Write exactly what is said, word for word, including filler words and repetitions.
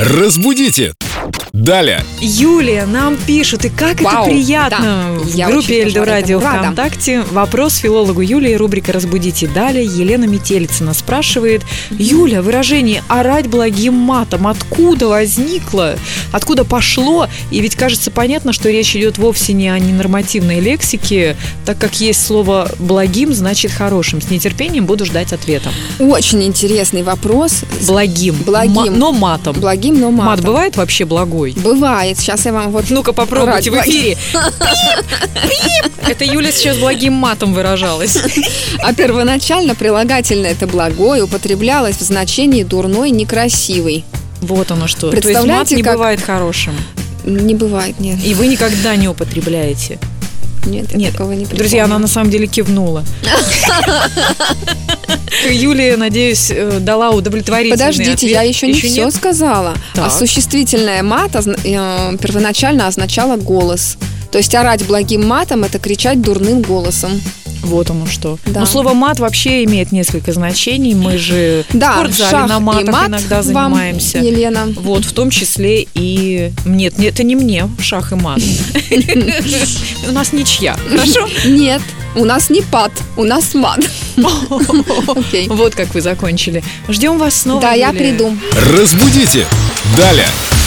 Разбудите! Далее! Юлия нам пишет, и как Вау, это приятно. да. В Я группе очень Эльдо тоже Радио этому рада. ВКонтакте вопрос филологу Юлии, рубрика «Разбудите далее». Елена Метелицына спрашивает: Юля, выражение «орать благим матом» откуда возникло? Откуда пошло? И ведь кажется понятно, что речь идет вовсе не о ненормативной лексике, так как есть слово «благим» значит «хорошим». С нетерпением буду ждать ответа. Очень интересный вопрос. Благим. Благим. Ма- но матом. Благим, но матом. Мат бывает вообще благой? Бывает. Сейчас я вам вот... Ну-ка попробуйте в Орать эфире. Это Юля сейчас благим матом выражалась. А первоначально прилагательное это благой употреблялось в значении дурной, некрасивый. Вот оно что. То есть мат Представляете, не как- бывает хорошим. Не бывает, нет. И вы никогда не употребляете. Нет, я Нет, такого не припомню. друзья, она на самом деле кивнула. Юлия, надеюсь, э, дала удовлетворительный Подождите, ответ. я еще не Еще все нет? сказала. Так. А существительное мат озна- э, первоначально означало голос. То есть орать благим матом – это кричать дурным голосом. Вот оно что. Да. Но слово мат вообще имеет несколько значений. Мы же Да, в спортзале шах на и матах мат иногда вам, занимаемся. Елена. Вот, в том числе и... Нет, нет, это не мне, шах и мат. У нас ничья, хорошо? Нет, у нас не пат, у нас мат. Окей. Вот как вы закончили. Ждем вас снова, Да, я Юлия. приду. Разбудите! Далее!